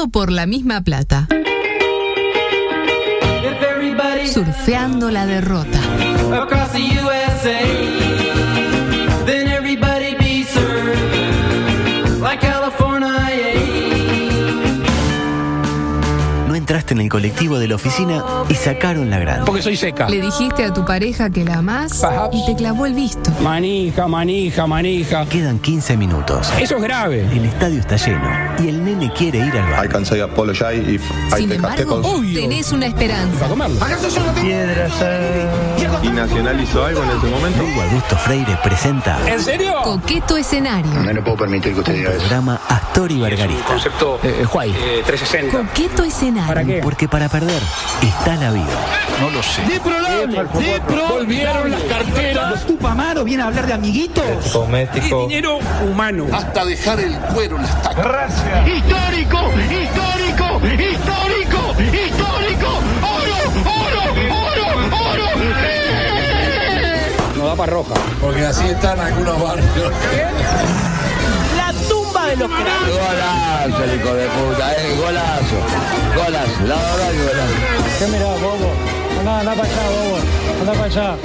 todo por la misma plata. Surfeando la derrota. Entraste en el colectivo de la oficina y sacaron la grande. Porque soy seca. Le dijiste a tu pareja que la amás y te clavó el visto. Manija. Quedan 15 minutos. Eso es grave. El estadio está lleno y el nene quiere ir al bar. I can say apologize if I Sin take a embargo, tackle. tenés una esperanza. Para comerlo. ¿Y Nacional hizo algo en ese momento? Hugo Augusto Freire presenta ¿En serio? Coqueto escenario. No puedo permitir que usted diga eso. programa Astor y Bargarista. Concepto Huay 360. Coqueto escenario. ¿Para qué? Porque para perder está la vida. No lo sé. Volvieron las carteras. Tupamaro viene a hablar de amiguitos. Y dinero humano. Hasta dejar el cuero en las tacas. Gracias. ¡Histórico! ¡Oro! No da para roja. Porque así están algunos barrios. La tumba de los cráneos. Golazo, hijo de puta, golazo. La verdad que golazo. ¿Qué mirá, bobo? Anda para allá, bobo. Anda para allá.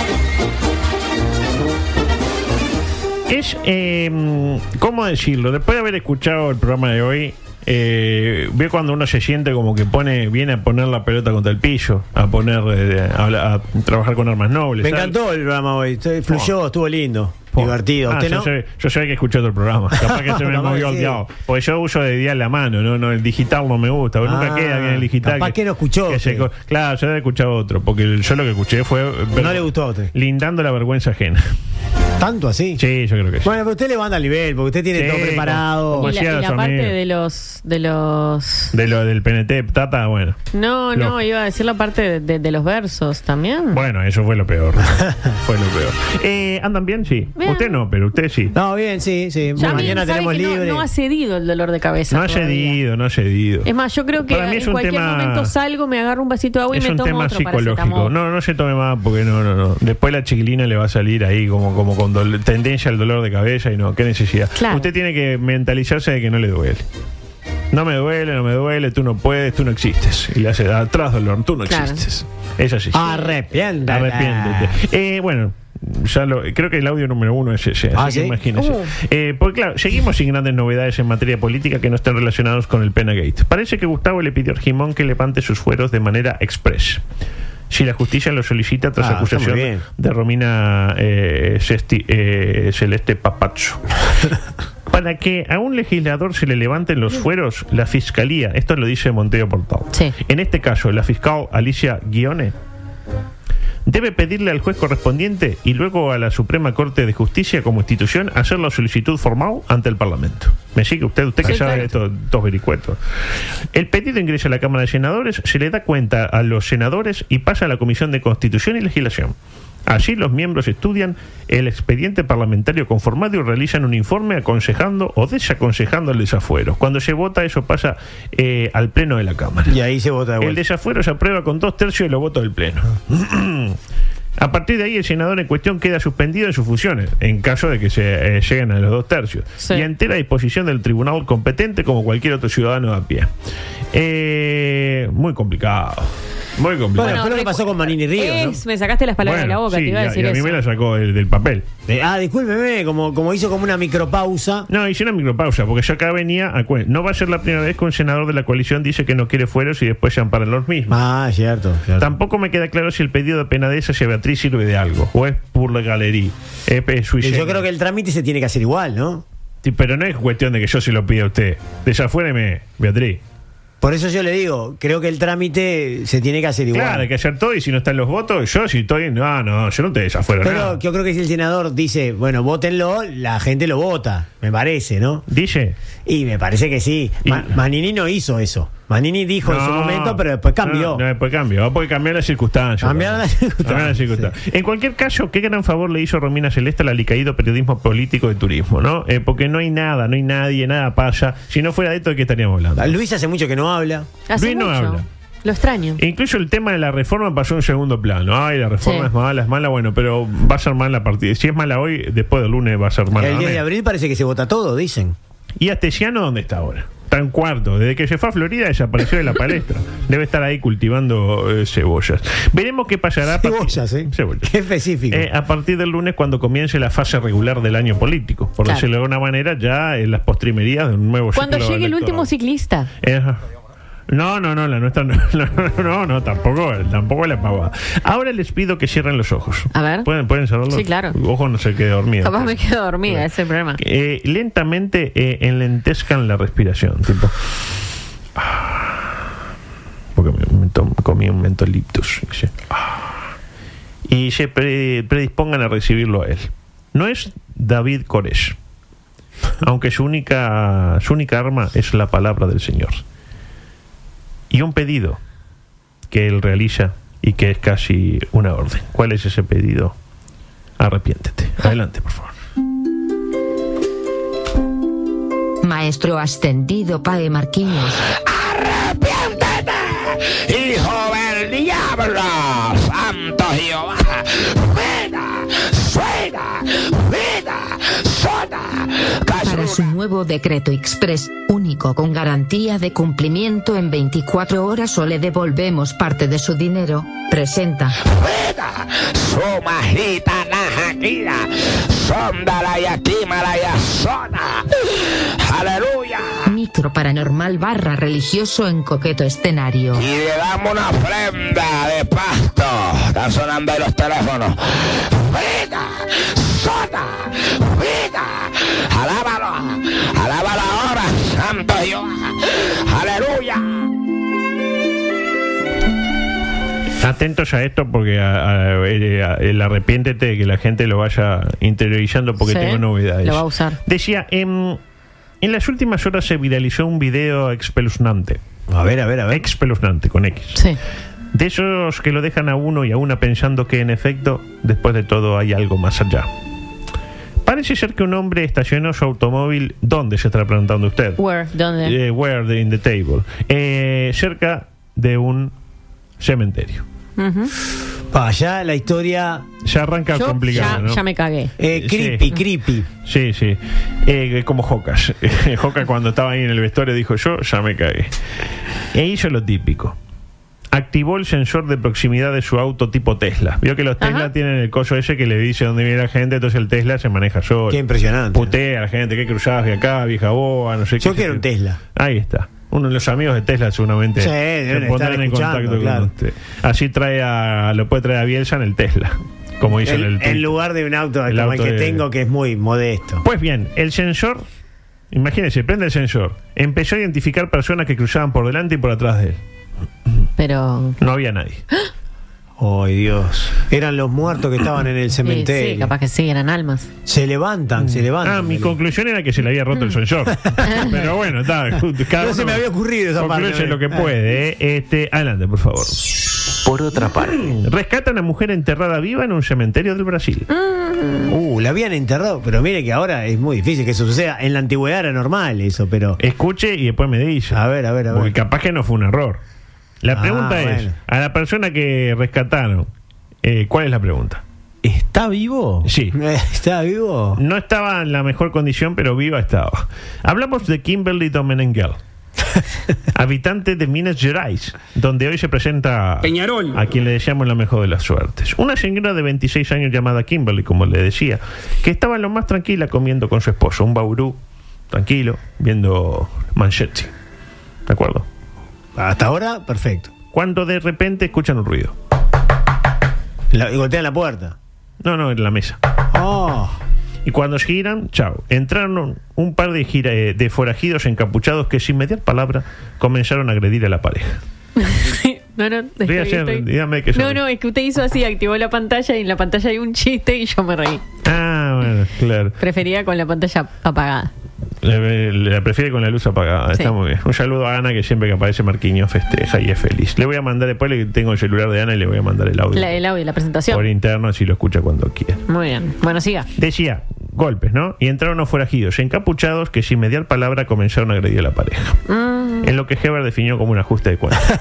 Es, ¿cómo decirlo? Después de haber escuchado el programa de hoy, ve cuando uno se siente como que viene a poner la pelota contra el piso, a trabajar con armas nobles. Me encantó el programa hoy, fluyó, estuvo lindo, divertido. ¿Usted no? Yo sé que escuché otro programa, capaz que se me Capaz movió que el sí. diablo. Porque yo uso de día en la mano, no el digital no me gusta, porque nunca queda bien el digital. Capaz que no escuchó. Claro, yo he escuchado otro, porque yo lo que escuché fue No le gustó a usted. lindando la vergüenza ajena. ¿Tanto así? Sí, yo creo que sí. Bueno, pero usted levanta el nivel, porque usted tiene Sí, todo preparado. como Y la decía su parte amigo. de los De lo del PNT, Tata, bueno. No, iba a decir la parte de los versos también. Bueno, eso fue lo peor. Fue lo peor. ¿Andan bien? Sí. Bien. Usted no, pero usted sí. No, bien, sí. Ya a mí, Mañana ¿sabe tenemos que libre. no ha cedido el dolor de cabeza. No ha todavía. cedido. Es más, yo creo que Para mí es en un cualquier tema- momento salgo, me agarro un vasito de agua y Es me un tomo tema otro psicológico. paracetamol. No se tome más porque no. Después la chiquilina le va a salir ahí como con tendencia al dolor de cabeza y no, qué necesidad. Claro. Usted tiene que mentalizarse de que no le duele. No me duele, tú no puedes, tú no existes. Y le hace atrás dolor, tú no Claro. existes. Es así. Arrepiéntete. Arrepiéntete. Bueno, creo que el audio número 1 es ese, así ¿sí? que imagínese. Porque claro, seguimos sin grandes novedades en materia política que no estén relacionados con el Penagate. Parece que Gustavo le pidió a Argimón que levante sus fueros de manera express. Si la justicia lo solicita tras está muy acusación bien. de Romina Celeste Papazzo. Para que a un legislador se le levanten los fueros, la fiscalía, esto lo dice Monteiro Portal, Sí. en este caso la fiscal Alicia Guione, debe pedirle al juez correspondiente y luego a la Suprema Corte de Justicia como institución hacer la solicitud formal ante el Parlamento. ¿Me sigue usted que Sí, sabe claro. de estos vericuetos? El pedido ingresa a la Cámara de Senadores, se le da cuenta a los senadores y pasa a la Comisión de Constitución y Legislación. Allí los miembros estudian el expediente parlamentario conformado y realizan un informe aconsejando o desaconsejando el desafuero. Cuando se vota, eso pasa al Pleno de la Cámara. Y ahí se vota de El vuelta. desafuero se aprueba con 2/3 de los votos del Pleno. A partir de ahí, el senador en cuestión queda suspendido en sus funciones, en caso de que se lleguen a los 2/3. Sí. Y a entera disposición del tribunal competente, como cualquier otro ciudadano a pie. Muy complicado. Muy complicado. Bueno, fue lo que pasó con Manini Ríos, ¿no? Me sacaste las palabras de la boca, sí, te iba a decir y a mí eso. me la sacó del papel. Discúlpeme, como hizo como una micropausa. No, hice una micropausa, porque yo acá venía a no va a ser la primera vez que un senador de la coalición dice que no quiere fueros y después se amparan los mismos. Cierto. Tampoco me queda claro si el pedido de penadez hacia Beatriz sirve de algo, o es por la galería. Yo creo que el trámite se tiene que hacer igual, ¿no? Sí, pero no es cuestión de que yo se lo pida a usted. Desafuéreme, Beatriz. Por eso yo le digo, creo que el trámite se tiene que hacer igual. Claro, hay que hacer todo y si no están los votos, yo si estoy... No, yo no te desafuero Pero nada. yo creo que si el senador dice, bueno, vótenlo, la gente lo vota, me parece, ¿no? ¿Dice? Y me parece que sí. Manini no hizo eso. Manini dijo en su momento, pero después cambió. No, después cambió. Porque cambió las circunstancias. Cambiaron las circunstancias. En cualquier caso, qué gran favor le hizo Romina Celeste al alicaído periodismo político de turismo, ¿no? Porque no hay nada, no hay nadie, nada pasa. Si no fuera de esto, ¿de qué estaríamos hablando? Luis hace mucho que no habla. Hace Luis no mucho. habla. Lo extraño. Incluso el tema de la reforma pasó en segundo plano. Ay, la reforma Sí. es mala, bueno, pero va a ser mala a partir. Si es mala hoy, después del lunes va a ser mala. El 10 de abril parece que se vota todo, dicen. ¿Y Astesiano dónde está ahora? Está en cuarto. Desde que se fue a Florida desapareció de la palestra. Debe estar ahí cultivando cebollas. Veremos qué pasará. Cebollas, Cebollas. Qué específico. A partir del lunes, cuando comience la fase regular del año político. Por decirlo de alguna manera, ya en las postrimerías de un nuevo Cuando ciclo llegue el electoral. último ciclista. No, la nuestra no, tampoco la pavada. Ahora les pido que cierren los ojos. A ver. ¿Pueden cerrarlos? Sí, claro. Ojo, no se quede dormido. Capaz me quedo dormida, ese es el problema. Lentamente enlentezcan la respiración, tipo. Porque comí un mentoliptus. Y se predispongan a recibirlo a él. No es David Koresh, aunque su única arma es la palabra del Señor. Y un pedido que él realiza y que es casi una orden. ¿Cuál es ese pedido? Arrepiéntete. Adelante, por favor. Maestro ascendido Pae Marquinhos. ¡Arrepiéntete, hijo del diablo! ¡Santo Jehová! ¡Vida! ¡Soda! Para su nuevo decreto express, único con garantía de cumplimiento en 24 horas o le devolvemos parte de su dinero, presenta. ¡Vida! ¡Sumajita najaquira! ¡Sondala y aquímala y azona! ¡Aleluya! Micro paranormal / religioso en coqueto escenario. Y le damos una ofrenda de pasto. Están sonando ahí los teléfonos. ¡Vida! ¡Soda! ¡Vida! ¡Alábalo ahora, santo Jehová! ¡Aleluya! Atentos a esto porque el arrepiéntete, que la gente lo vaya interiorizando porque tengo novedades. Lo va a usar. Decía, en las últimas horas se viralizó un video espeluznante. A ver. Espeluznante, con X. Sí. De esos que lo dejan a uno y a una pensando que en efecto, después de todo, hay algo más allá. Parece ser que un hombre estacionó su automóvil. ¿Dónde se está preguntando usted? ¿Dónde? Where in the table. Cerca de un cementerio. Ya la historia ya arranca complicada, ¿no? Ya me cagué. Creepy. Sí. Como Jocas. Jocas cuando estaba ahí en el vestuario dijo, yo ya me cagué. E hizo lo típico. Activó el sensor de proximidad de su auto tipo Tesla. Vio que los Tesla tienen el coso ese que le dice dónde viene la gente, entonces el Tesla se maneja solo. Qué impresionante. Putea a la gente, que cruzabas de acá, vieja boba, no sé qué. Yo quiero un Tesla. Ahí está. Uno de los amigos de Tesla seguramente se pondrán en contacto con usted. Así lo puede traer a Bielsa en el Tesla, como dice en lugar de un auto como el que tengo, que es muy modesto. Pues bien, el sensor, imagínense, prende el sensor, empezó a identificar personas que cruzaban por delante y por atrás de él. Pero no había nadie. ¡Ay, Dios! Eran los muertos que estaban en el cementerio. Sí, capaz que sí, eran almas. Se levantan. Mi conclusión era que se le había roto el sensor. Pero bueno, está. No se me había ocurrido esa parte. Concluye lo que puede. Adelante, por favor. Por otra parte, rescatan a mujer enterrada viva en un cementerio del Brasil. La habían enterrado, pero mire que ahora es muy difícil que eso suceda. En la antigüedad era normal eso, pero... Escuche y después me dice. A ver. Porque capaz que no fue un error. La pregunta es, a la persona que rescataron, ¿cuál es la pregunta? ¿Está vivo? Sí. ¿Está vivo? No estaba en la mejor condición, pero viva estaba. Hablamos de Kimberly Domenengel, habitante de Minas Gerais, donde hoy se presenta Peñarol, a quien le deseamos la mejor de las suertes. Una señora de 26 años llamada Kimberly, como le decía, que estaba en lo más tranquila comiendo con su esposo, un baurú, tranquilo, viendo Manchetti. ¿De acuerdo? Hasta ahora, perfecto. Cuando de repente escuchan un ruido. Y golpean la puerta. No, en la mesa. Y cuando giran, chao. Entraron un par de forajidos encapuchados que sin mediar palabra comenzaron a agredir a la pareja. Dígame que es que usted hizo así, activó la pantalla y en la pantalla hay un chiste y yo me reí. Bueno, claro. Prefería con la pantalla apagada. La prefiere con la luz apagada. Sí. Está muy bien. Un saludo a Ana, que siempre que aparece Marquinhos festeja y es feliz. Le voy a mandar después, tengo el celular de Ana y le voy a mandar el audio. El audio, la presentación. Por interno, así lo escucha cuando quiera. Muy bien. Bueno, siga. Decía, golpes, ¿no? Y entraron unos forajidos encapuchados que sin mediar palabra comenzaron a agredir a la pareja. En lo que Heber definió como un ajuste de cuentas.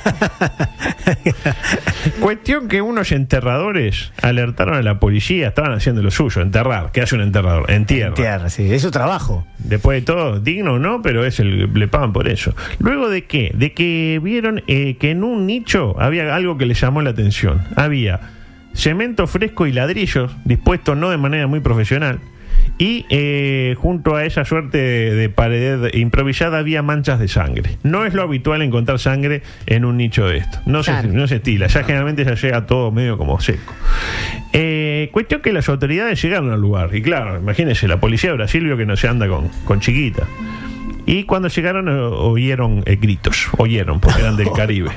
Cuestión que unos enterradores alertaron a la policía, estaban haciendo lo suyo, enterrar. ¿Qué hace un enterrador? Entierra. Entierra, sí, es su trabajo. Después de todo, digno o no, pero le pagan por eso. Luego de qué? De que vieron que en un nicho había algo que les llamó la atención. Había cemento fresco y ladrillos dispuestos no de manera muy profesional. Y junto a esa suerte de pared improvisada había manchas de sangre. No es lo habitual encontrar sangre en un nicho de esto. No se estila. Ya generalmente ya llega todo medio como seco. Cuestión que las autoridades llegaron al lugar. Y claro, imagínense, la policía de Brasil vio que no se anda con chiquita. Y cuando llegaron oyeron gritos. Oyeron, porque eran del Caribe.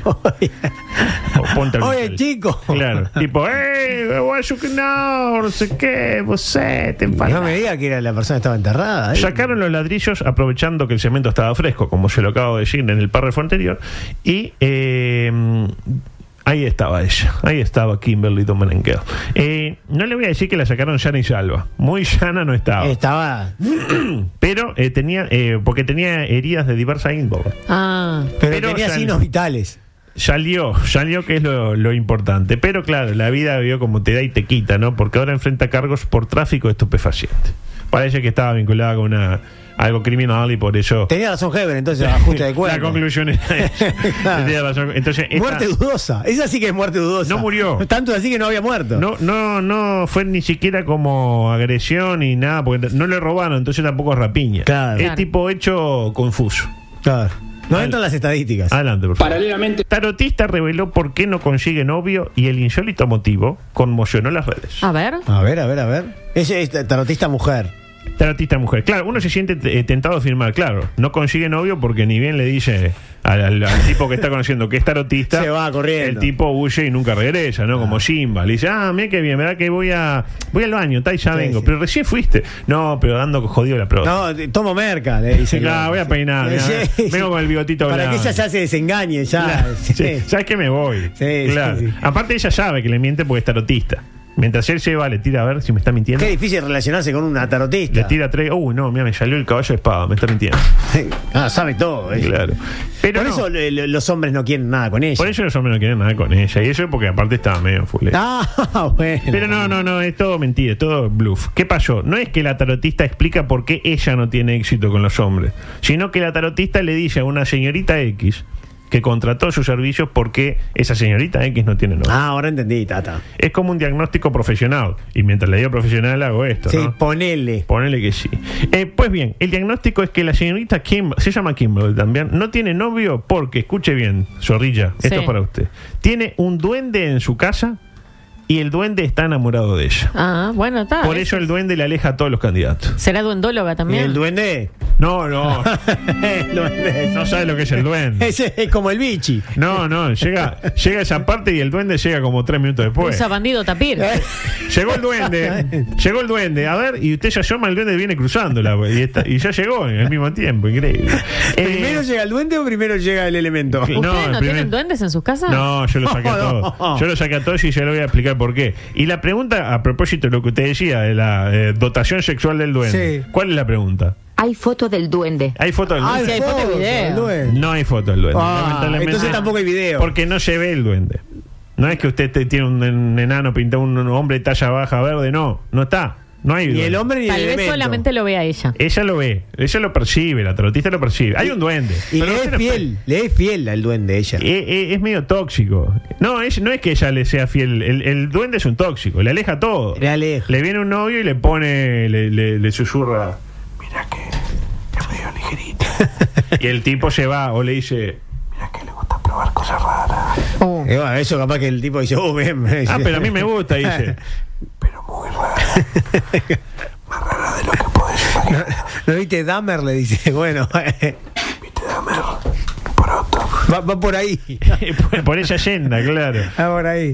Oye, chico. Claro, tipo, no sé qué, vos te empalás. No me diga que era la persona que estaba enterrada. Sacaron los ladrillos aprovechando que el cemento estaba fresco, como se lo acabo de decir en el párrafo anterior. Y ahí estaba ella, ahí estaba Kimberly Domenengel. No le voy a decir que la sacaron sana y salva. Muy sana no estaba. Estaba. Pero porque tenía heridas de diversa índole. Pero tenía signos vitales. Salió que es lo importante. Pero claro, la vida vio como te da y te quita, ¿no? Porque ahora enfrenta cargos por tráfico de estupefacientes. Parece que estaba vinculada con algo criminal y por eso... Tenía razón Heber, entonces, ajuste de cuerpo. La conclusión es claro. Tenía razón. Entonces, muerte dudosa. Esa sí que es muerte dudosa. No murió. Tanto así que no había muerto. No fue ni siquiera como agresión ni nada, porque no le robaron, entonces tampoco es rapiña. Claro. Es tipo hecho confuso. Claro. No entran las estadísticas. Adelante, por favor. Paralelamente, tarotista reveló por qué no consigue novio y el insólito motivo conmocionó las redes. A ver. Ese es tarotista mujer. Tarotista mujer. Claro, uno se siente tentado a afirmar, claro, no consigue novio porque ni bien le dice al tipo que está conociendo que es tarotista, se va corriendo. El tipo huye y nunca regresa, ¿no? Como Simba. Le dice, mira qué bien, ¿verdad que voy al baño, ya vengo? Sí. Pero recién fuiste. No, pero dando jodido la próstata. No, tomo merca, le dice. Claro, voy a peinar. Vengo con el bigotito para blanco. que ella ya se desengañe, ya. Claro, ¿sabes qué? Me voy. Claro. Sí. Aparte ella sabe que le miente porque es tarotista. Mientras él se va, le tira a ver si me está mintiendo. Qué difícil relacionarse con una tarotista. Le tira 3. No, mira, me salió el caballo de espada, me está mintiendo. Sabe todo. Claro. Pero por eso los hombres no quieren nada con ella. Por eso los hombres no quieren nada con ella. Y eso es porque aparte estaba medio full. Bueno. Pero no, es todo mentira, es todo bluff. ¿Qué pasó? No es que la tarotista explica por qué ella no tiene éxito con los hombres, sino que la tarotista le dice a una señorita X que contrató sus servicios porque esa señorita X no tiene novio. Ahora entendí, Tata. Es como un diagnóstico profesional. Y mientras le digo profesional hago esto, sí, ¿no? Ponele que sí. Pues bien, el diagnóstico es que la señorita se llama Kimberly también, no tiene novio porque, escuche bien, zorrilla, esto es para usted. Tiene un duende en su casa y el duende está enamorado de ella. Bueno, está. Por eso el duende le aleja a todos los candidatos. ¿Será duendóloga también? ¿Y el duende? No. El duende. No sabe lo que es el duende. Ese es como el bichi. No, llega esa parte y el duende llega como 3 minutos después. Usa bandido tapir. Llegó el duende. A ver, y usted ya llama, el duende viene cruzándola. Y ya llegó en el mismo tiempo, increíble. ¿Primero llega el duende o primero llega el elemento? ¿Ustedes no tienen duendes en sus casas? No, yo lo saqué a todos. Yo lo saqué a todos y ya lo voy a explicar por qué. Y la pregunta, a propósito de lo que usted decía, de la dotación sexual del duende. Sí. ¿Cuál es la pregunta? Hay foto del duende. Hay foto del duende. Sí, hay foto y video. No hay foto del duende. Lamentablemente. Entonces tampoco hay video. Porque no se ve el duende. No es que usted tiene un enano pintado, un hombre de talla baja verde. No está. No hay ni el hombre ni el elemento. Tal vez solamente lo ve a ella. Ella lo ve. Ella lo percibe. La tarotista lo percibe. Hay un duende. Y le es fiel al duende ella. Es medio tóxico. No es que ella le sea fiel. El duende es un tóxico. Le aleja todo. Le viene un novio y le pone, le susurra. Mira que es medio ligerita. Y el tipo se va o le dice, mira que le gusta probar cosas raras. Eso capaz que el tipo dice, bien. Pero a mí me gusta, dice. Pero muy rara. Más rara de lo que podés imaginar. ¿No viste Dahmer? Le dice, bueno. ¿Viste Dahmer? Poroto. Va por ahí. Por esa senda, claro. Va por ahí.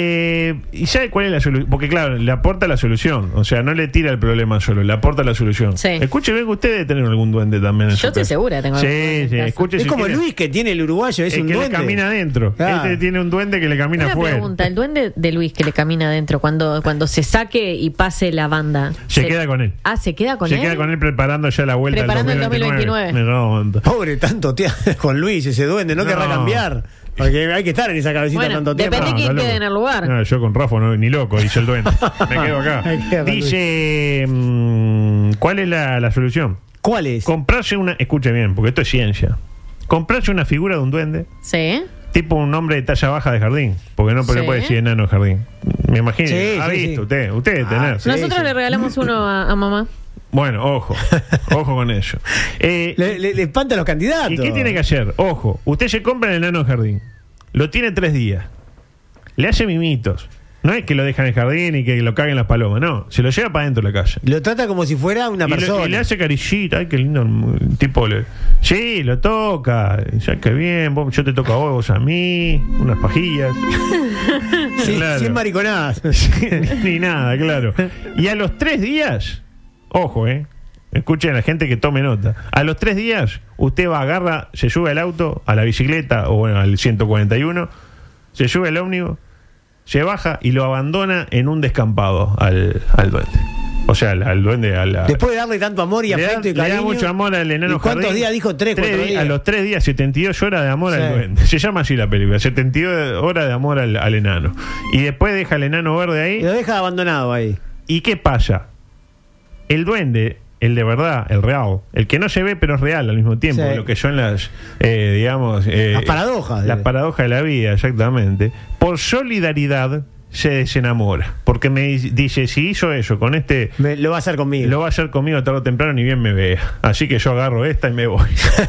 ¿Y sabe cuál es la solución? Porque claro, le aporta la solución. O sea, no le tira el problema solo, le aporta la solución. Sí. Escuche bien que usted debe tener algún duende también en Yo estoy segura que tengo algún duende en casa. Escuche, Es si como quiere. Luis, que tiene el uruguayo, es un que duende. le camina adentro. Claro. Este tiene un duende que le camina Una afuera. pregunta, el duende de Luis que le camina adentro, cuando se saque y pase la banda. Se queda con él. Ah, ¿se queda con Se él? queda con él preparando ya la vuelta Preparando del el 2029. 2029. Pobre, tanto con Luis, ese duende, no querrá cambiar. Porque hay que estar en esa cabecita Bueno, tanto tiempo. depende quién quede en el lugar. No, yo con Rafa no, ni loco, dice el duende. Me quedo acá. Me quedo con Dice, ¿cuál es la solución? ¿Cuál es? Comprarse una, escuche bien, porque esto es ciencia. Comprarse una figura de un duende, Sí. tipo un hombre de talla baja de jardín, porque no Sí. le puede decir enano de jardín. Me imagino, Sí, ha sí, visto sí. usted debe tener. Sí, Nosotros sí. le regalamos uno a mamá. Bueno, ojo con eso. Le espanta a los candidatos. ¿Y qué tiene que hacer? Ojo, usted se compra el enano de jardín, lo tiene 3 días, le hace mimitos. No es que lo deja en el jardín y que lo caguen las palomas, no. Se lo lleva para adentro de la casa. Lo trata como si fuera una persona. Y le hace caricita. Ay, qué lindo. El tipo sí, lo toca. Ya que bien, yo te toco a vos a mí. Unas pajillas. Sí, Claro. 100 mariconadas. Ni nada, claro. Y a los 3 días, ojo, escuchen a la gente que tome nota. A los 3 días, usted va, agarra, se sube al auto, a la bicicleta o bueno, al 141, se sube al ómnibus, se baja y lo abandona en un descampado al duende. O sea, al duende. Después de darle tanto amor y le da, afecto y le da cariño. mucho amor al enano ¿Y cuántos jardín. días dijo? 3, 4 días. A los 3 días, 72 horas de amor Sí. al duende. Se llama así la película, 72 horas de amor al enano. Y después deja al enano verde ahí. Y lo deja abandonado ahí. ¿Y qué pasa? El duende, el de verdad, el real, el que no se ve pero es real al mismo tiempo, Sí. lo que son las, digamos... Las paradojas. Las paradojas de la vida, exactamente. Por solidaridad se desenamora. Porque me dice, si hizo eso con este... Lo va a hacer conmigo. Lo va a hacer conmigo tarde o temprano ni bien me vea. Así que yo agarro esta y me voy.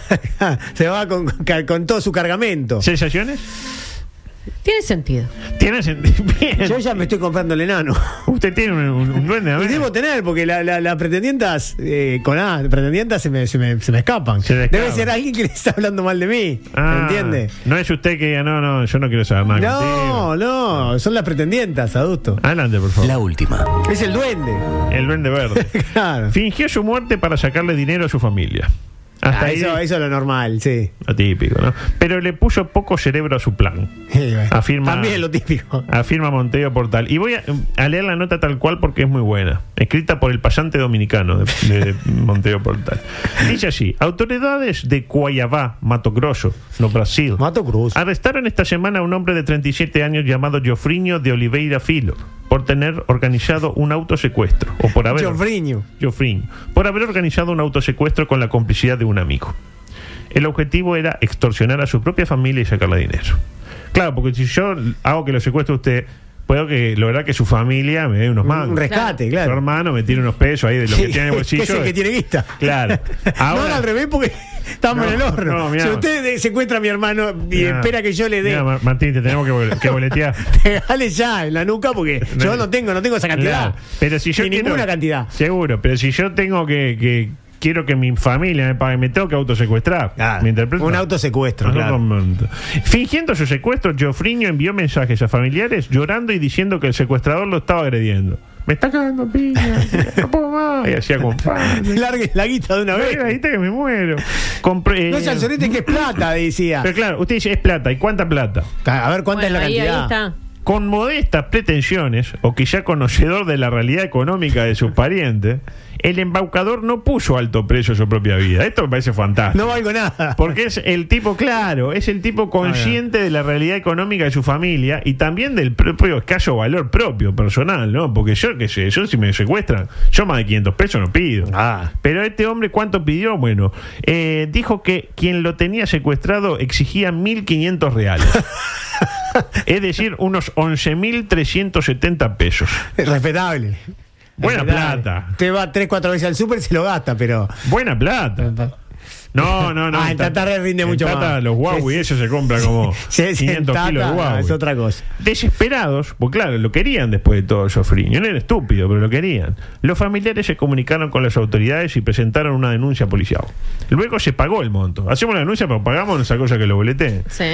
Se va con todo su cargamento. ¿Sensaciones? Tiene sentido. ¿Tiene sentido? Bien. Yo ya me estoy comprando el enano. Usted tiene un duende. Y debo tener, porque las pretendientas pretendientas se me escapan. Se le Debe escapan. ser alguien que le está hablando mal de mí. ¿Me entiende? No es usted que diga, no, yo no quiero saber nada contigo. No, son las pretendientas, adulto. Adelante, por favor. La última. Es el duende. El duende verde. Claro. Fingió su muerte para sacarle dinero a su familia. Hasta ahí, Eso es lo normal, sí. lo típico, ¿no? Pero le puso poco cerebro a su plan. Afirma, También lo típico. Afirma Montevideo Portal. Y voy a leer la nota tal cual porque es muy buena. Escrita por el pasante dominicano de Montevideo Portal. Dice así: autoridades de Cuiabá, Mato Grosso, no Brasil, Mato Grosso, arrestaron esta semana a un hombre de 37 años llamado Jofrinho de Oliveira Filho por tener organizado un autosecuestro. O por haber... Jofrinho. Por haber organizado un autosecuestro con la complicidad de un amigo. El objetivo era extorsionar a su propia familia y sacarle dinero. Claro, porque si yo hago que lo secuestre usted, puedo lograr que su familia me dé unos mangos. Un rescate, claro. Su hermano me tire unos pesos ahí de lo que tiene en el bolsillo. Que es el que tiene guita. Claro. Ahora, no, al revés, porque estamos en el horno. No, mirá. Si usted secuestra a mi hermano y espera que yo le dé. Mira, Martín, te tenemos que boletear. Dale ya en la nuca porque yo no tengo esa cantidad. Claro. Pero si yo ni quiero, ninguna cantidad. Seguro, pero si yo tengo quiero que mi familia me pague, me tengo que autosecuestrar. Claro, ¿Me interpreto? un autosecuestro, claro. Fingiendo su secuestro, Jofrinho envió mensajes a familiares llorando y diciendo que el secuestrador lo estaba agrediendo. Me está cagando piña, no puedo más. Y hacía compadre. Largue la guita de una vez. La guita que me muero. No es al solete que es plata, decía. Pero claro, usted dice es plata. ¿Y cuánta plata? A ver cuánta es la cantidad. Ahí está. Con modestas pretensiones, o quizá conocedor de la realidad económica de sus parientes, el embaucador no puso alto precio a su propia vida. Esto me parece fantástico. No valgo nada. Porque es el tipo, claro, es el tipo consciente de la realidad económica de su familia y también del propio escaso valor propio, personal, ¿no? Porque yo, qué sé, yo si me secuestran, yo más de 500 pesos no pido. Pero este hombre, ¿cuánto pidió? Bueno, dijo que quien lo tenía secuestrado exigía 1.500 reales. Es decir, unos 11.370 pesos. Respetable. Buena plata. Usted va 3-4 veces al súper y se lo gasta, pero... Buena plata. No. En Tata rinde mucho más. Los Huawei, eso se compra como 500 kilos de Huawei. Es otra cosa. Desesperados, pues claro, lo querían después de todo el sofriño. No era estúpido, pero lo querían. Los familiares se comunicaron con las autoridades y presentaron una denuncia policial. Luego se pagó el monto. Hacemos la denuncia, pero pagamos esa cosa que lo boleteen. Sí.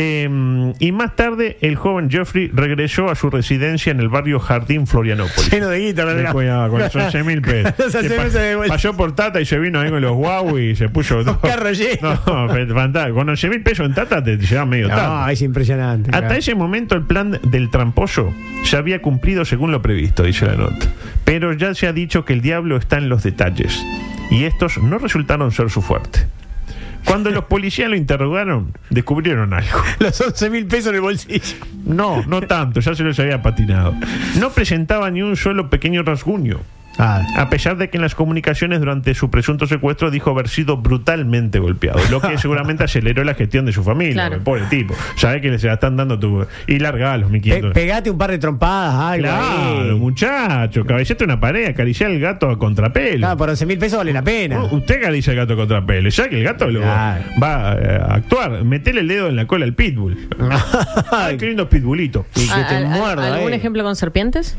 Y más tarde, el joven Geoffrey regresó a su residencia en el barrio Jardín Florianópolis. Lleno de guita, ¿verdad? Con los 11.000 pesos. Pasó por Tata y se vino ahí con los Huawei y se puso todo. Carro lleno. No, fantástico. Con 11.000 pesos en Tata te llevan medio Tata. No, es impresionante. Hasta ese momento el plan del tramposo se había cumplido según lo previsto, dice la nota. Pero ya se ha dicho que el diablo está en los detalles. Y estos no resultaron ser su fuerte. Cuando los policías lo interrogaron, descubrieron algo. Los 11.000 pesos en el bolsillo. No tanto, ya se los había patinado. No presentaba ni un solo pequeño rasguño. A pesar de que en las comunicaciones durante su presunto secuestro dijo haber sido brutalmente golpeado, lo que seguramente aceleró la gestión de su familia. Claro. El pobre tipo, sabe que se la están dando tu... Y largá los 1.500. Pegate un par de trompadas, algo. Claro, muchacho, cabeceate una pared, acariciá al gato a contrapelo. Claro, por 11.000 pesos vale la pena. Usted acaricia al gato a contrapelo, ya que el gato lo va a actuar. Metele el dedo en la cola al pitbull. Ay, qué lindo pitbullito. Y que te muerda. ¿Algún ejemplo con serpientes?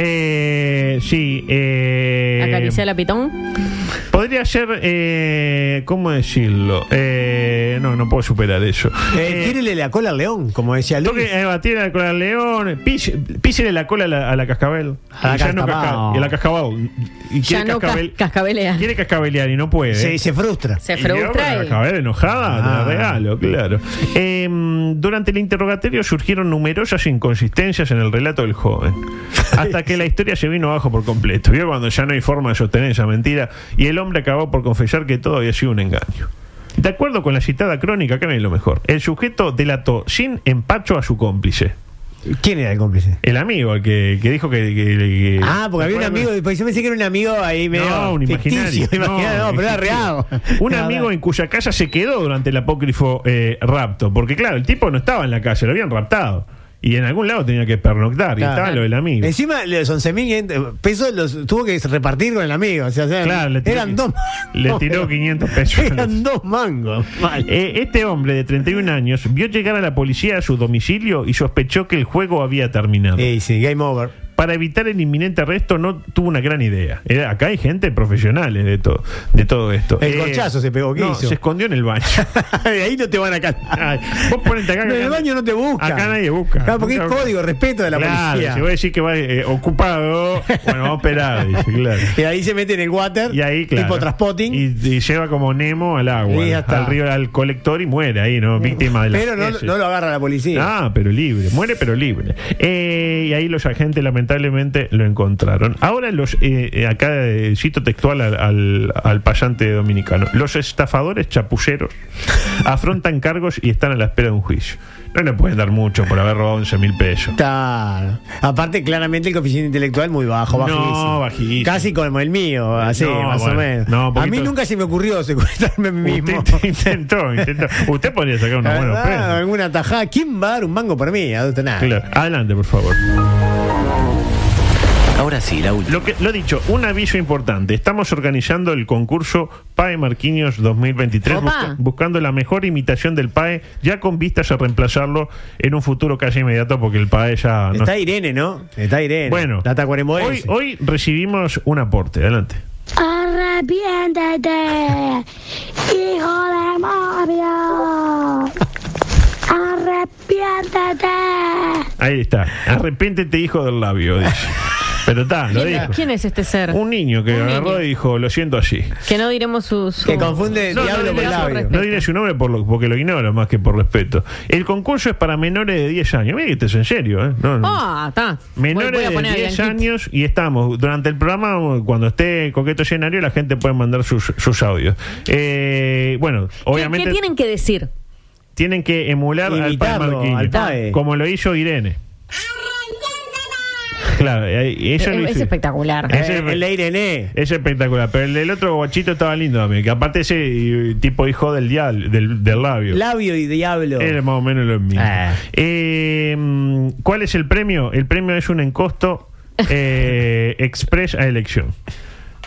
Sí. ¿Acariciar la pitón? Podría ser, ¿cómo decirlo? No puedo superar eso. Tírele la cola al león, como decía Luis. Tírele la cola al león, písele la cola a la cascabel. Y a la cascabel. Y ya no cascabelea. Quiere cascabelear y no puede. Se frustra. Se frustra. La cascabel enojada, te la regalo, claro. Durante el interrogatorio surgieron numerosas inconsistencias en el relato del joven. Hasta que la historia se vino abajo por completo. ¿Vio cuando ya no hay forma de sostener esa mentira? Y el hombre acabó por confesar que todo había sido un engaño. De acuerdo con la citada crónica, acá viene lo mejor. El sujeto delató sin empacho a su cómplice. ¿Quién era el cómplice? El amigo, el que dijo que porque había un amigo, pues yo pensé que era un amigo ahí medio. No, un imaginario. No, pero era real. Un amigo en cuya casa se quedó durante el apócrifo rapto. Porque claro, el tipo no estaba en la calle, lo habían raptado. Y en algún lado tenía que pernoctar. Y estaba lo del amigo. Encima los 11.500 pesos los tuvo que repartir con el amigo. O sea, claro, eran dos. Le tiró 500 pesos. Eran 2 mangos. Este hombre de 31 años vio llegar a la policía a su domicilio y sospechó que el juego había terminado. Sí, game over. Para evitar el inminente arresto no tuvo una gran idea. Acá hay gente profesional de todo esto. El corchazo se pegó, ¿qué hizo? Se escondió en el baño. De ahí no te van a cantar. Vos ponete acá. En el baño no te busca. Acá nadie busca. Claro, porque es código, respeto de la policía. Si voy a decir que va ocupado, bueno, vamos a esperar. Dice, claro. Y ahí se mete en el water, y ahí, claro, tipo transpotting. Y lleva como Nemo al agua, al río, al colector y muere ahí, ¿no? Víctima de la. Pero no lo agarra la policía. Pero libre. Muere, pero libre. Y ahí los agentes lamentablemente lo encontraron. Ahora acá cito textual al payante dominicano: los estafadores chapuceros afrontan cargos y están a la espera de un juicio. No le pueden dar mucho por haber robado 11.000 pesos. Claro. Aparte, claramente el coeficiente intelectual muy bajísimo. No, bajísimo. Casi como el mío, así, más o menos. A mí nunca se me ocurrió secuestrarme a mí mismo. Usted intentó. Usted podría sacar unos buenos pesos. Alguna tajada. ¿Quién va a dar un mango por mí? Claro. Adelante, por favor. Ahora sí, la última. Lo dicho, un aviso importante. Estamos organizando el concurso PAE Marquinhos 2023, buscando la mejor imitación del PAE, ya con vistas a reemplazarlo en un futuro casi inmediato, porque el PAE ya... Está Irene, ¿no? Está Irene. Bueno, hoy recibimos un aporte. Adelante. Arrepiéntete, hijo de Mario. Arrepiéntete. Ahí está. Arrepiéntete, hijo del labio, dice. Pero lo dijo. ¿Quién es este ser? Un niño que agarró y dijo, lo siento así. Que no diremos sus... Que confunde diablo con labio. No diré su nombre porque lo ignoro, más que por respeto. El concurso es para menores de 10 años. Mira que esto es en serio, ¿eh? Está. Menores de 10 años y estamos. Durante el programa, cuando esté Coqueto Escenario, la gente puede mandar sus audios. Bueno, obviamente... ¿Qué tienen que decir? Tienen que emular al PAE, como lo hizo Irene. Claro, eso es espectacular. El de Irene es espectacular. Pero el del otro guachito estaba lindo también. Que aparte ese tipo hijo del diablo, del labio. Labio y diablo. Era más o menos lo mismo. ¿Cuál es el premio? El premio es un encosto express a elección.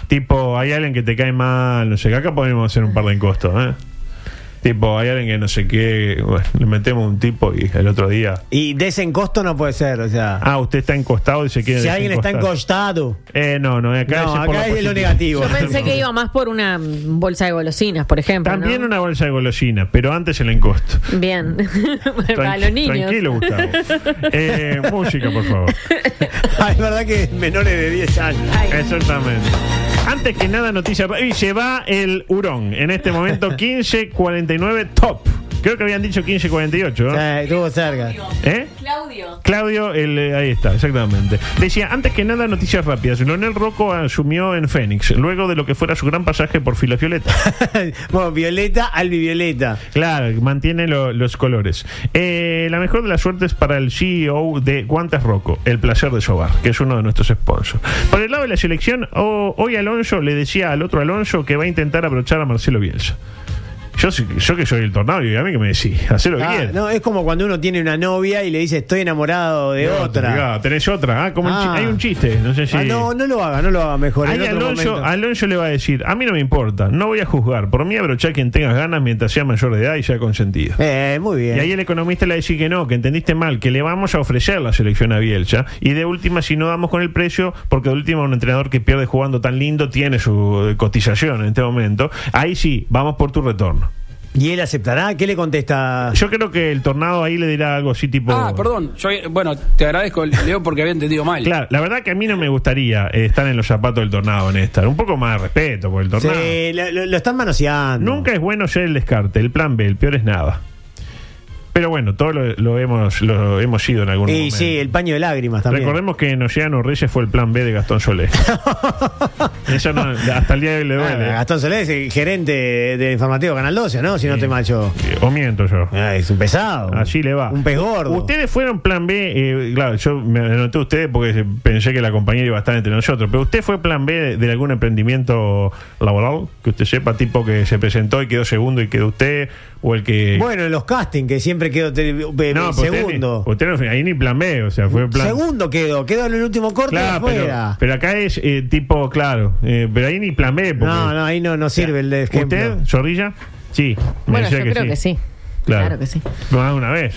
Tipo, hay alguien que te cae mal, no sé qué. Acá podemos hacer un par de encostos, ¿eh? Tipo, hay alguien que no sé qué. Bueno, le metemos un tipo y el otro día. Y desencosto no puede ser, o sea. Usted está encostado y se quiere. Si alguien está encostado. No, acá es lo negativo. Yo pensé que iba más por una bolsa de golosinas, por ejemplo. También, ¿no? Una bolsa de golosinas, pero antes el encosto. Bien. Para los niños. Tranquilo, Gustavo. Música, por favor. Es verdad que menores de 10 años. Exactamente. Antes que nada, noticias. Y se va el hurón. En este momento, 15:49 top. Creo que habían dicho 15:48, ¿no? Sí, estuvo cerca. Claudio, ahí está, exactamente. Decía, antes que nada, noticias rápidas. Leonel Rocco asumió en Fénix, luego de lo que fuera su gran pasaje por Filas Violeta. Bueno, violeta, albivioleta. Claro, mantiene los colores. La mejor de las suertes para el CEO de Guantes Rocco, el placer de sobar, que es uno de nuestros sponsors. Por el lado de la selección, hoy Alonso le decía al otro Alonso que va a intentar abrochar a Marcelo Bielsa. Yo que soy el tornado, y a mí que me decís, hacelo bien. No, es como cuando uno tiene una novia y le dice estoy enamorado de otra. Tenés otra, hay un chiste, no sé si. No lo haga mejor. Ahí Alonso le va a decir, a mí no me importa, no voy a juzgar, por mí abrochar quien tengas ganas mientras sea mayor de edad y sea consentido. Muy bien. Y ahí el economista le va a decir que no, que entendiste mal, que le vamos a ofrecer la selección a Bielsa, y de última, si no damos con el precio, porque de última un entrenador que pierde jugando tan lindo tiene su cotización en este momento, ahí sí, vamos por tu retorno. ¿Y él aceptará? ¿Qué le contesta? Yo creo que el tornado ahí le dirá algo así tipo... perdón. Bueno, te agradezco, Leo, porque había entendido mal. Claro, la verdad que a mí no me gustaría estar en los zapatos del tornado en esta. Un poco más de respeto por el tornado. Sí, lo están manoseando. Nunca es bueno ser el descarte. El plan B, el peor es nada. Pero bueno, todo lo hemos sido en algún momento. Sí, el paño de lágrimas también. Recordemos que Nociano Reyes fue el plan B de Gastón Solé. Eso no, hasta el día de hoy le duele. Gastón Solé es el gerente de informativo Canal 12, ¿no? Si no te macho. O miento yo. Es un pesado. Así le va. Un pez gordo. Ustedes fueron plan B, claro, yo me anoté ustedes porque pensé que la compañía iba a estar entre nosotros, pero usted fue plan B de algún emprendimiento laboral, que usted sepa, tipo que se presentó y quedó segundo y quedó usted, o el que... Bueno, en los castings, que siempre quedó segundo. Usted no, ahí ni plan B, o sea, fue plan... Segundo quedó en el último corte afuera. Pero acá es tipo, claro, pero ahí ni plan B. Porque, no, ahí no sirve el de ejemplo. ¿Usted, Zorrilla? Sí. Bueno, yo creo que sí. Claro que sí. ¿Más de una vez?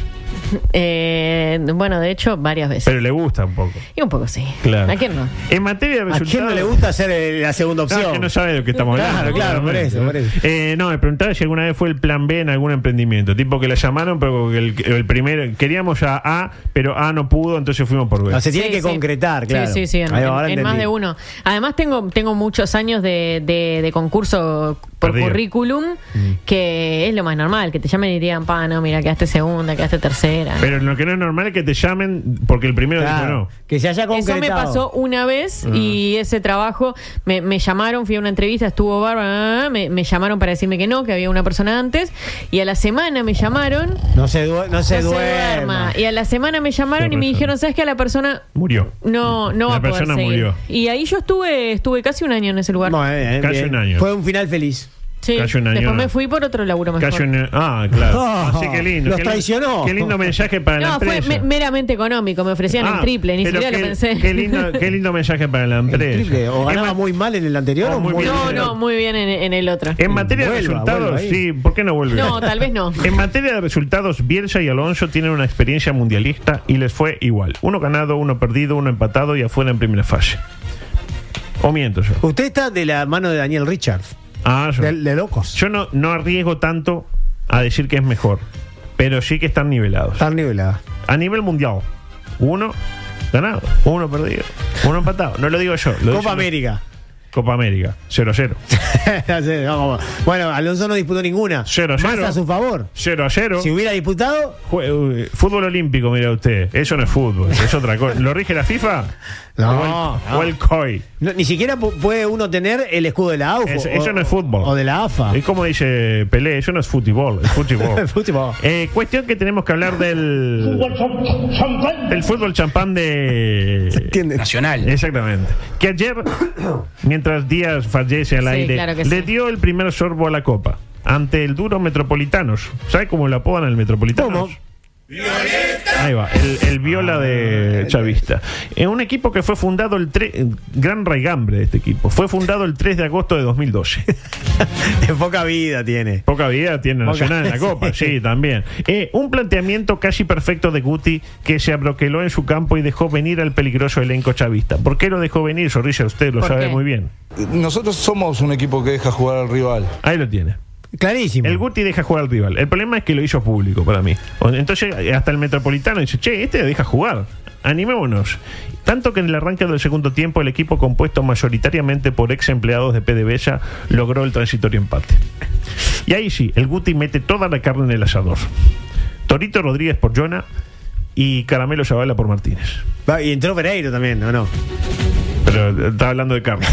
Bueno, de hecho, varias veces. Pero le gusta un poco. Y un poco sí. Claro. ¿A quién no? En materia de resultados... ¿A quién no le gusta hacer la segunda opción? No, que no sabe de lo que estamos hablando. Claro, por eso. No, me preguntaba si alguna vez fue el plan B en algún emprendimiento. Tipo que la llamaron, pero que el primero... Queríamos a A, pero A no pudo, entonces fuimos por B. No, se tiene que concretar, claro. Sí, en más de uno. Además tengo muchos años de concurso por currículum, que es lo más normal, que te llamen y digan, no, mira, quedaste segunda, quedaste tercera. Pero lo que no es normal es que te llamen porque el primero dijo no. Que se haya concretado. Eso me pasó una vez y ese trabajo me llamaron, fui a una entrevista, estuvo bárbaro, me llamaron para decirme que no, que había una persona antes, y a la semana me llamaron. No se duerma. Y a la semana me llamaron y me dijeron, ¿sabes qué? La persona murió. No va a poder seguir. Murió. Y ahí yo estuve casi un año en ese lugar. Casi un año. Fue un final feliz. Sí, después me fui por otro laburo mejor. Claro. Así que lindo. Los traicionó. Qué lindo mensaje para la empresa. No, fue meramente económico. Me ofrecían el triple, ni siquiera lo pensé. Qué lindo mensaje para la empresa. ¿El triple? ¿O ganaba muy mal en el anterior o muy bien? No, muy bien en el otro. En materia de resultados, sí, ¿por qué no vuelve? No, tal vez no. En materia de resultados, Bielsa y Alonso tienen una experiencia mundialista y les fue igual. Uno ganado, uno perdido, uno empatado y afuera en primera fase. ¿O miento yo? Usted está de la mano de Daniel Richards. De locos. Yo no arriesgo tanto a decir que es mejor, pero sí que están nivelados. Están nivelados. A nivel mundial, uno ganado, uno perdido, uno empatado. No lo digo yo. Copa América. 0-0. Bueno, Alonso no disputó ninguna. 0-0. Más a su favor. 0-0. Si hubiera disputado. Fútbol olímpico, mira usted. Eso no es fútbol, es otra cosa. ¿Lo rige la FIFA? No. O el COI. No, ni siquiera puede uno tener el escudo de la AUF. Eso no es fútbol. O de la AFA. Es como dice Pelé, eso no es fútbol, es fútbol. Fútbol. Cuestión que tenemos que hablar del fútbol champán nacional. Exactamente. Que ayer, mientras Díaz fallece al aire, claro le dio el primer sorbo a la copa ante el duro Metropolitanos. ¿Sabe cómo lo apodan al Metropolitanos? ¿Cómo? Violeta. Ahí va, el viola de chavista. Un equipo que fue fundado gran raigambre de este equipo. Fue fundado el 3 de agosto de 2012. Poca vida tiene. Poca vida tiene Nacional en la Copa, sí, también. Un planteamiento casi perfecto de Guti, que se abroqueló en su campo y dejó venir al peligroso elenco chavista. ¿Por qué lo dejó venir, Zorrilla? Usted lo sabe muy bien. Nosotros somos un equipo que deja jugar al rival. Ahí lo tiene. Clarísimo. El Guti deja jugar al rival. El problema es que lo hizo público para mí. Entonces, hasta el Metropolitano dice, che, este deja jugar. Animémonos. Tanto que en el arranque del segundo tiempo el equipo compuesto mayoritariamente por ex empleados de PDVSA logró el transitorio empate. Y ahí sí, el Guti mete toda la carne en el asador. Torito Rodríguez por Jonah y Caramelo Zavala por Martínez. Y entró Pereiro también, ¿o no? Pero estaba hablando de carne.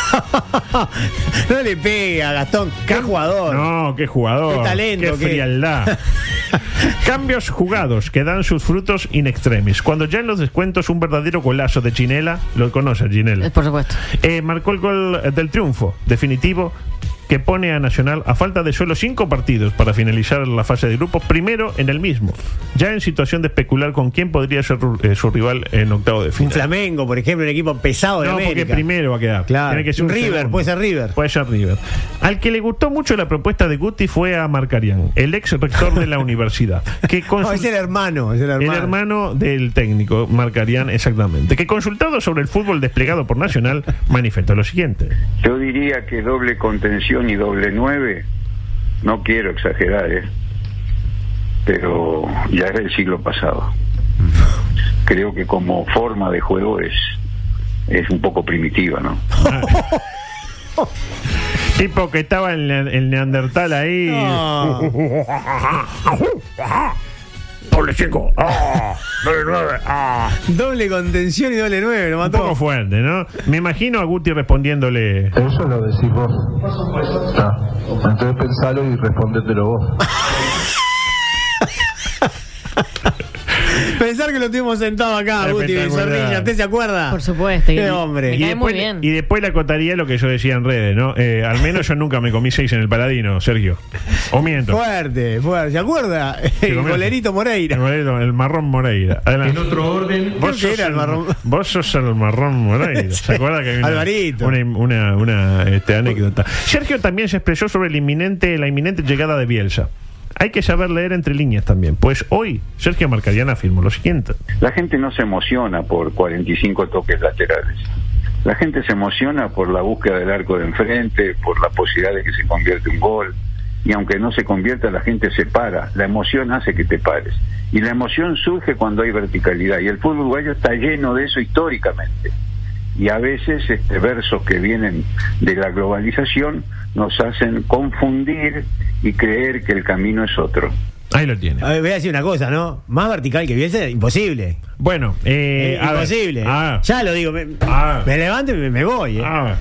No le pega, Gastón. Qué jugador. No, qué jugador. Qué talento. Qué frialdad. Cambios jugados que dan sus frutos in extremis. Cuando ya en los descuentos un verdadero golazo de Chinela, lo conoce Chinela, por supuesto, marcó el gol del triunfo definitivo que pone a Nacional a falta de solo 5 partidos para finalizar la fase de grupos, primero en el mismo, ya en situación de especular con quién podría ser su rival en octavo de final. Un Flamengo, por ejemplo, un equipo pesado de América. No, porque primero va a quedar. Claro. Tiene que ser un River, segundo. puede ser River. Puede ser River. Al que le gustó mucho la propuesta de Guti fue a Marcarián, el ex rector de la universidad. Que es el hermano. El hermano del técnico, Marcarián, exactamente. Que consultado sobre el fútbol desplegado por Nacional, manifestó lo siguiente. Yo diría que doble contención y doble 9, no quiero exagerar, pero ya es del siglo pasado. Creo que como forma de juego es un poco primitiva, ¿no? Tipo que estaba el Neandertal ahí. Doble 5, doble 9, doble contención y doble 9, lo mató. Un poco fuerte, ¿no? Me imagino a Guti respondiéndole. Eso lo decís vos. Entonces pensalo y respondételo vos. Pensar que lo tuvimos sentado acá, Guti Zorrilla, ¿usted se acuerda? Por supuesto. Qué hombre. Me cae muy bien. Y después le acotaría lo que yo decía en redes, ¿no? Al menos yo nunca me comí 6 en el Paladino, Sergio. O miento. Fuerte. ¿Se acuerda? El golerito Moreira. El marrón Moreira. Adelante. En otro orden, vos sos el marrón Moreira. ¿Se acuerda que hay Alvarito? Una anécdota? Sergio también se expresó sobre la inminente llegada de Bielsa. Hay que saber leer entre líneas también, pues hoy Sergio Marcarián afirmó lo siguiente. La gente no se emociona por 45 toques laterales. La gente se emociona por la búsqueda del arco de enfrente, por la posibilidad de que se convierta un gol. Y aunque no se convierta, la gente se para. La emoción hace que te pares. Y la emoción surge cuando hay verticalidad. Y el fútbol uruguayo está lleno de eso históricamente. Y a veces versos que vienen de la globalización nos hacen confundir y creer que el camino es otro. Ahí lo tiene. A ver, voy a decir una cosa, ¿no? Más vertical que Bielsa, imposible. Bueno, imposible. Ya lo digo, me levanto y me voy.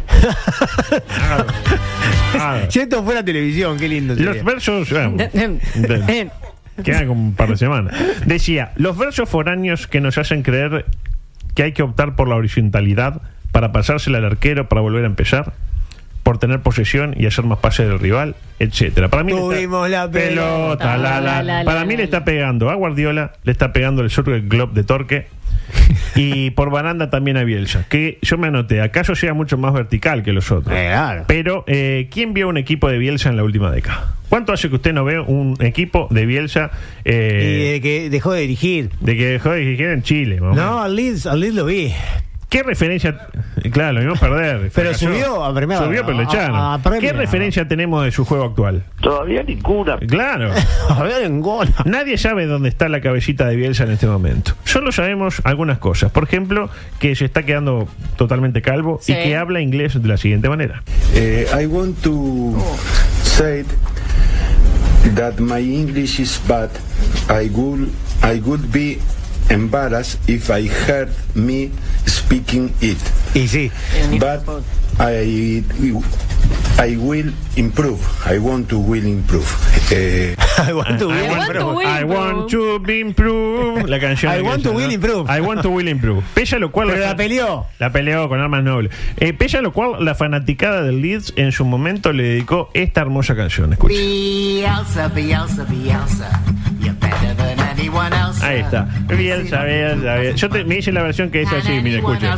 Si esto fuera televisión, qué lindo sería. Los versos... quedan como un par de semanas. Decía, los versos foráneos que nos hacen creer que hay que optar por la horizontalidad para pasársela al arquero para volver a empezar, por tener posesión y hacer más pases del rival, etcétera. Para mí tuvimos la pelota. Para mí le está pegando a Guardiola, le está pegando el Jürgen Klopp de Torque y por baranda también a Bielsa, que yo me anoté, acaso sea mucho más vertical que los otros. Claro. Pero ¿quién vio un equipo de Bielsa en la última década? ¿Cuánto hace que usted no ve un equipo de Bielsa? Y de que dejó de dirigir. De que dejó de dirigir en Chile. No, al Leeds lo vi. ¿Qué referencia? Claro, lo vimos perder. Pero subió a primera. Subió, pero le echaron. ¿Qué referencia tenemos de su juego actual? Todavía ninguna. Claro. A ver, ninguna. Nadie sabe dónde está la cabecita de Bielsa en este momento. Solo sabemos algunas cosas. Por ejemplo, que se está quedando totalmente calvo y que habla inglés de la siguiente manera. I want to say that my English is bad. I would be embarrassed if I heard me speaking it. Y sí. But I will improve. I want to will improve. I want to be improve. La canción. I want to will improve. I want to will improve. Pese a lo cual. Pero la peleó. La peleó con armas nobles. Pese a lo cual, la fanaticada del Leeds en su momento le dedicó esta hermosa canción. Escucha. Bielsa, Bielsa, Bielsa. You're better than anyone. Ahí está. Bielsa. Me hice la versión que es así, mira, escucha.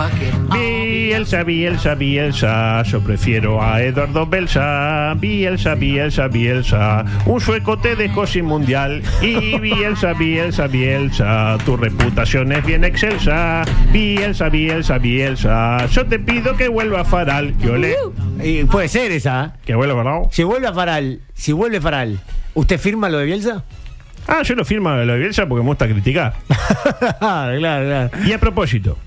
Bielsa. Yo prefiero a Eduardo Belsa. Bielsa. Un sueco te dejó sin mundial. Y Bielsa. Tu reputación es bien excelsa. Bielsa. Yo te pido que vuelva Faral. ¿Qué ole? Puede ser esa. Que vuelva Faral. Si vuelve Faral, ¿usted firma lo de Bielsa? Yo lo firmo lo de Bielsa porque me gusta criticar. Claro. Y a propósito,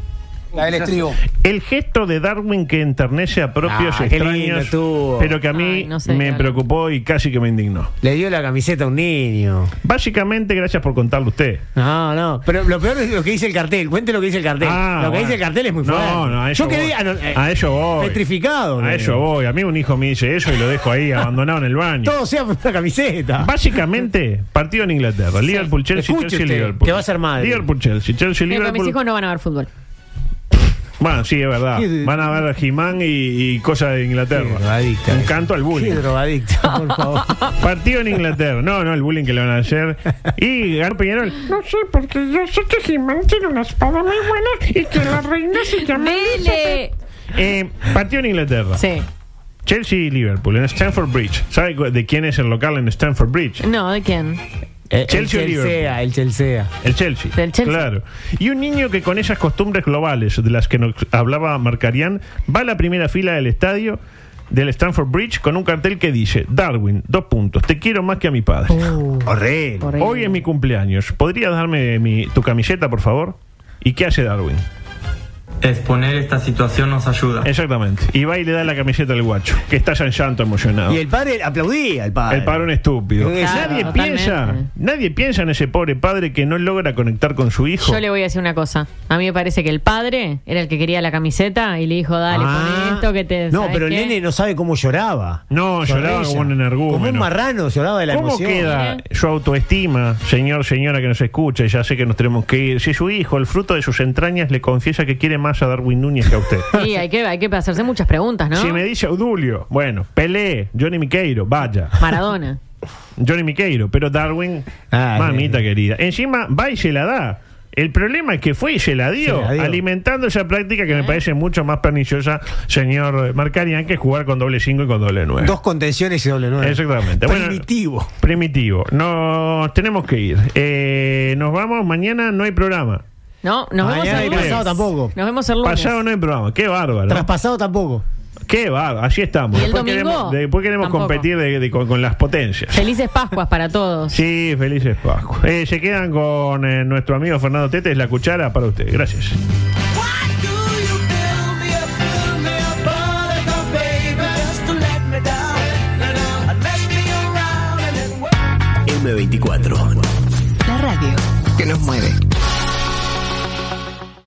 el gesto de Darwin que enternece a propios extraños, pero que a mí me preocupó y casi que me indignó. Le dio la camiseta a un niño. Básicamente, gracias por contarlo usted. No, pero lo peor es lo que dice el cartel. Cuente lo que dice el cartel. Lo que dice el cartel es muy fuerte. A eso a ello voy. Petrificado. A ello voy. A mí un hijo me dice eso y lo dejo ahí abandonado en el baño. Todo sea por una camiseta. Básicamente, partido en Inglaterra. Liverpool-Chelsea, Chelsea-Liverpool. Que va a ser madre. Liverpool-Chelsea, Chelsea-Liverpool. Mis hijos no van a ver fútbol. Bueno, sí, es verdad. Van a ver He-Man y cosas de Inglaterra. Un canto al bullying. Qué drogadicto, por favor. Partido en Inglaterra. No, el bullying que le van a hacer. Y Gar Peñarol. No sé, porque yo sé que He-Man tiene una espada muy buena y que la reina se llama partido en Inglaterra. Sí. Chelsea y Liverpool en Stamford Bridge. ¿Sabe de quién es el local en Stamford Bridge? No, ¿de quién? Chelsea o Liverpool. El Chelsea. El Chelsea. Del Chelsea. Claro. Y un niño que con esas costumbres globales de las que nos hablaba Marcarián va a la primera fila del estadio del Stamford Bridge con un cartel que dice: Darwin, 2 puntos, te quiero más que a mi padre. Horrible. Hoy es mi cumpleaños. ¿Podrías darme tu camiseta, por favor? ¿Y qué hace Darwin? Exponer esta situación nos ayuda. Exactamente. Y va y le da la camiseta al guacho, que está ya en llanto, emocionado. Y el padre aplaudía al padre. El padre un estúpido. Claro, nadie piensa en ese pobre padre que no logra conectar con su hijo. Yo le voy a decir una cosa. A mí me parece que el padre era el que quería la camiseta y le dijo: dale, pon esto que te... No, pero el nene no sabe cómo lloraba. No, lloraba como un energúmeno. Como un marrano, lloraba de la emoción. ¿Cómo queda su autoestima, señora que nos escucha? Y ya sé que nos tenemos que ir. Si su hijo, el fruto de sus entrañas, le confiesa que quiere más a Darwin Núñez que a usted. Sí, hay que hacerse muchas preguntas, ¿no? Si me dice Audulio, bueno, Pelé, Johnny Miqueiro, vaya. Maradona. Johnny Miqueiro, pero Darwin, mamita querida. Encima va y se la da. El problema es que fue y se la dio. Alimentando esa práctica que me parece mucho más perniciosa, señor Marcarián, que jugar con doble 5 y con doble 9. 2 contenciones y doble 9. Exactamente. Primitivo. Nos tenemos que ir. Nos vamos. Mañana no hay programa. No, nos vemos el lunes. Pasado tampoco. Nos vemos el lunes. Pasado no hay programa. Qué bárbaro. Traspasado tampoco. Qué bárbaro. Allí estamos. ¿Y el domingo? Después queremos competir con las potencias. Felices Pascuas para todos. Sí, felices Pascuas. Se quedan con nuestro amigo Fernando Tetes. La cuchara para usted. Gracias. M24. La radio que nos mueve.